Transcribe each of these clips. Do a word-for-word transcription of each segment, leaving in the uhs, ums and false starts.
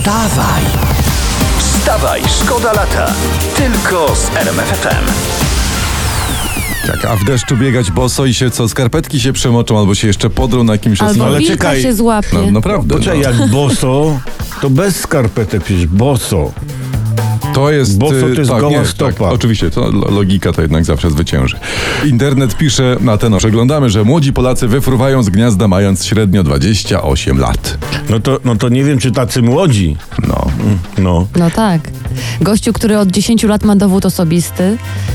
Wstawaj! Wstawaj, szkoda lata. Tylko z R M F F M. Tak, a w deszczu biegać boso i się co, skarpetki się przemoczą albo się jeszcze podrą na jakimś Albo osnowie. wilka czekaj. się złapie. No naprawdę. Poczekaj, No. jak boso, to bez skarpetek przecież boso. To jest... Boso to y, jest tak, goła nie, stopa. Tak, oczywiście, to lo- logika to jednak zawsze zwycięży. Internet pisze na ten, przeglądamy, że młodzi Polacy wyfruwają z gniazda mając średnio dwadzieścia osiem lat. No to, no to nie wiem, czy tacy młodzi. No. No. No tak. Gościu, który od dziesięciu lat ma dowód osobisty,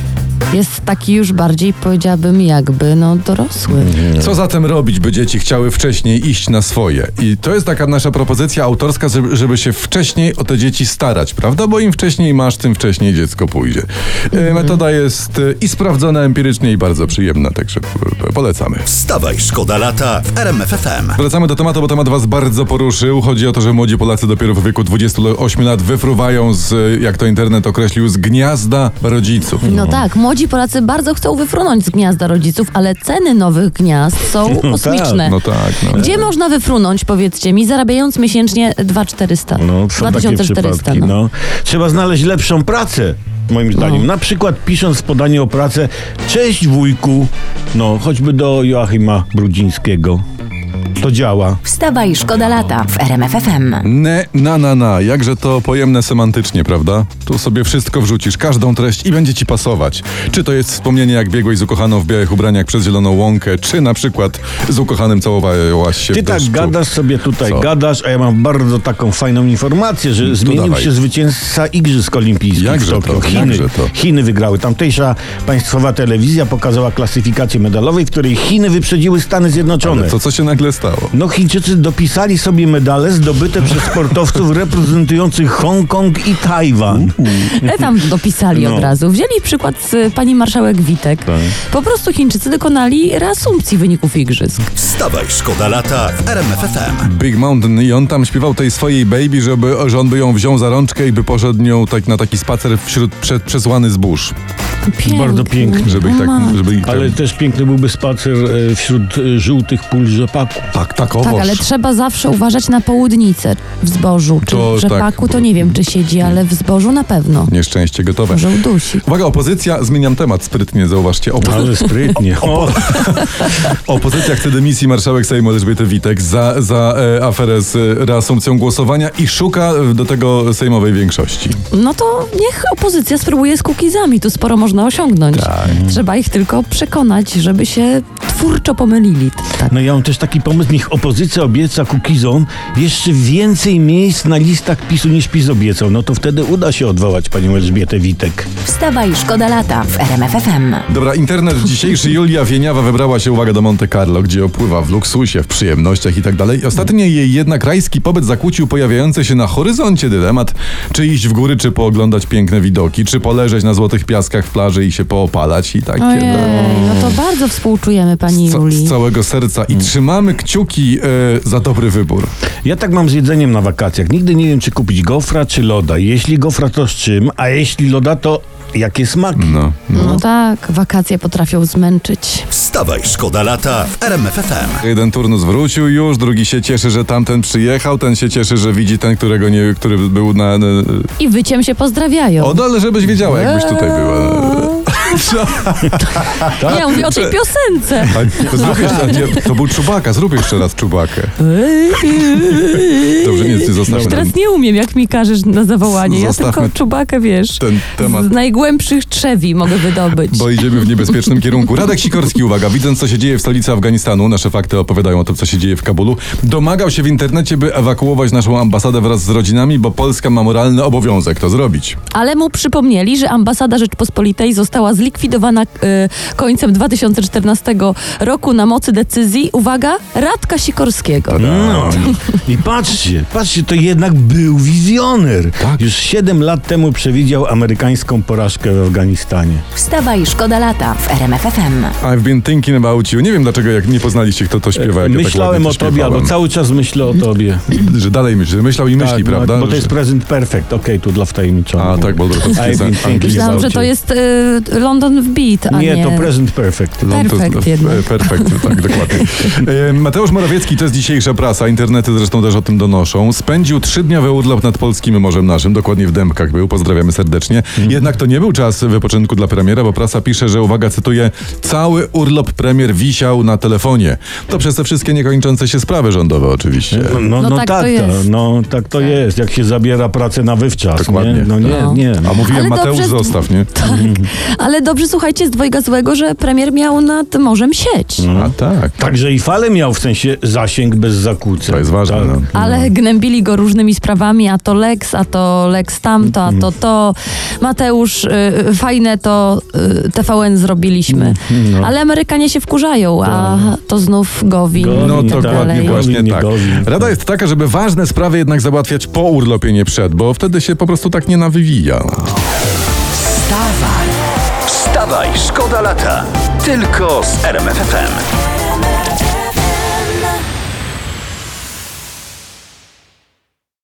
jest taki już bardziej, powiedziałabym, jakby no dorosły. Co zatem robić, by dzieci chciały wcześniej iść na swoje? I to jest taka nasza propozycja autorska, żeby, żeby się wcześniej o te dzieci starać, prawda? Bo im wcześniej masz, tym wcześniej dziecko pójdzie. E, Metoda jest e, i sprawdzona empirycznie, i bardzo przyjemna, także e, polecamy. Wstawaj, szkoda lata w R M F F M. Wracamy do tematu, bo temat was bardzo poruszył. Chodzi o to, że młodzi Polacy dopiero w wieku dwudziestu ośmiu lat wyfruwają z, jak to internet określił, z gniazda rodziców. No tak, młodzi Polacy bardzo chcą wyfrunąć z gniazda rodziców, ale ceny nowych gniazd są kosmiczne. No tak, no. Gdzie można wyfrunąć, powiedzcie mi, zarabiając miesięcznie dwa tysiące czterysta? No, są takie przypadki. no. No. Trzeba znaleźć lepszą pracę, moim zdaniem. No. Na przykład pisząc podanie o pracę, cześć wujku, no choćby do Joachima Brudzińskiego. To działa. Wstawaj, szkoda lata w R M F F M. Ne, na, na, na. Jakże to pojemne semantycznie, prawda? Tu sobie wszystko wrzucisz, każdą treść i będzie ci pasować. Czy to jest wspomnienie, jak biegłeś z ukochaną w białych ubraniach przez zieloną łąkę, czy na przykład z ukochanym całowałaś się Ty w tak deszczu. gadasz sobie tutaj, Co? gadasz, a ja mam bardzo taką fajną informację, że zmienił dawaj. się zwycięzca Igrzysk Olimpijskich Jakże w Tokio. to, Chiny, jakże to? Chiny wygrały. Tamtejsza państwowa telewizja pokazała klasyfikację medalowej, w której Chiny wyprzedziły Stany Zjednoczone. Ale to co się nagle stało? No Chińczycy dopisali sobie medale zdobyte przez sportowców reprezentujących Hongkong i Tajwan. E, tam dopisali No. od razu. Wzięli przykład z pani marszałek Witek. Po prostu Chińczycy dokonali reasumpcji wyników igrzysk. Wstawaj, szkoda lata w R M F F M. Big Mountain i on tam śpiewał tej swojej baby, żeby, że on by ją wziął za rączkę i by poszedł nią tak, na taki spacer wśród prze, przesłany zbóż. Pięknie. Bardzo pięknie. Żeby ich tak... Żeby ich Ale tam... też piękny byłby spacer e, wśród e, żółtych pól rzepaku. Tak, tak, owoż. Tak, ale trzeba zawsze uważać na południcę w zbożu. Czy To w rzepaku tak. to nie wiem, czy siedzi, ale w zbożu na pewno. Nieszczęście gotowe. Może udusi. Uwaga, opozycja, zmieniam temat sprytnie, zauważcie. Opo- Ale sprytnie. O, opozycja chce dymisji marszałek Sejmu Elżbiety Witek za, za e, aferę z e, reasumpcją głosowania i szuka e, do tego sejmowej większości. No to niech opozycja spróbuje z kukizami. Tu sporo można osiągnąć. Trzeba ich tylko przekonać, żeby się twórczo pomylili. Tak. no ja mam też taki pomysł, niech opozycja obieca Kukizom jeszcze więcej miejsc na listach PiSu niż PiS obiecał. No to wtedy uda się odwołać panią Elżbietę Witek. Wstawaj, szkoda lata w R M F F M. Dobra, internet dzisiejszy. Julia Wieniawa wybrała się, uwaga, do Monte Carlo, gdzie opływa w luksusie, w przyjemnościach i tak dalej. Ostatnio jej jednak rajski pobyt zakłócił pojawiający się na horyzoncie dylemat, czy iść w góry, czy pooglądać piękne widoki, czy poleżeć na złotych piaskach w plaży i się poopalać i takie. Ojej, no to bardzo współczujemy pani Z, ca- Julii. z całego serca i trzymamy kciuki e, za dobry wybór. Ja tak mam z jedzeniem na wakacjach. Nigdy nie wiem, czy kupić gofra, czy loda. Jeśli gofra, to z czym? A jeśli loda, to jakie smaki? No, no. No tak, wakacje potrafią zmęczyć. Wstawaj, szkoda lata w R M F F M. Jeden turnus wrócił już, drugi się cieszy, że tamten przyjechał, ten się cieszy, że widzi ten, którego nie, który był na... na I wyciem się pozdrawią. o, no, ale żebyś wiedziała, jakbyś tutaj była. Ja mówię o tej piosence. A, to, zrób jeszcze, nie, to był Czubaka, zrób jeszcze raz Czubakę. Dobrze, nie, ty zostawmy Teraz ten, nie umiem, jak mi każesz na zawołanie. Ja Zostawmy tylko Czubakę, wiesz, ten temat, z najgłębszych trzewi mogę wydobyć. bo idziemy w niebezpiecznym kierunku. Radek Sikorski, uwaga, widząc co się dzieje w stolicy Afganistanu, nasze fakty opowiadają o tym, co się dzieje w Kabulu, domagał się w internecie, by ewakuować naszą ambasadę wraz z rodzinami, bo Polska ma moralny obowiązek to zrobić. Ale mu przypomnieli, że ambasada Rzeczpospolitej została zlikwidowana y, końcem dwa tysiące czternastego roku na mocy decyzji, uwaga, Radka Sikorskiego. No. I patrzcie, patrzcie, to jednak był wizjoner. Tak. Już siedem lat temu przewidział amerykańską porażkę w Afganistanie. Wstawaj, szkoda lata w R M F F M. I've been thinking about you. Nie wiem dlaczego, jak nie poznaliście, kto to śpiewa. Jak ja tak Myślałem ładnie o to tobie, śpiewałem. albo cały czas myślę o tobie. Że dalej myśli, że myślał i myśli, Tak, no, prawda? Bo to jest Że- prezent perfect. Okej, tu dla wtajemniczonych. A tak, bo to jest I've been thinking Myślałam, about że to you. jest y, London w beat, a nie... Nie, to present perfect. Perfekt jednak. Perfekt, tak, dokładnie. E, Mateusz Morawiecki, to jest dzisiejsza prasa, internety zresztą też o tym donoszą, spędził trzydniowy urlop nad polskim Morzem Naszym, dokładnie w Dębkach był, pozdrawiamy serdecznie. Jednak to nie był czas wypoczynku dla premiera, bo prasa pisze, że, uwaga, cytuję, cały urlop premier wisiał na telefonie. To przez te wszystkie niekończące się sprawy rządowe oczywiście. No, no, No no tak tak, to to jest. no tak to jest, jak się zabiera pracę na wywczas. Dokładnie. Nie? No nie, No. nie. A mówiłem, Ale Mateusz, dobrze- zostaw, nie? Tak. Ale dobrze, słuchajcie, z dwojga złego, że premier miał nad morzem sieć. A tak. Także i falę miał, w sensie zasięg bez zakłóceń. To jest ważne, Tak. no. Ale gnębili go różnymi sprawami, a to Lex, a to Lex tamto, a to to. Mateusz, y, fajne to y, T V N zrobiliśmy. No. Ale Amerykanie się wkurzają, a to znów Gowin. Gowin, No i tak dokładnie, dalej. właśnie Gowin, nie tak. Gowin. Rada jest taka, żeby ważne sprawy jednak załatwiać po urlopie, nie przed, bo wtedy się po prostu tak nie nawywija. Wstawaj, szkoda lata. Tylko z R M F F M.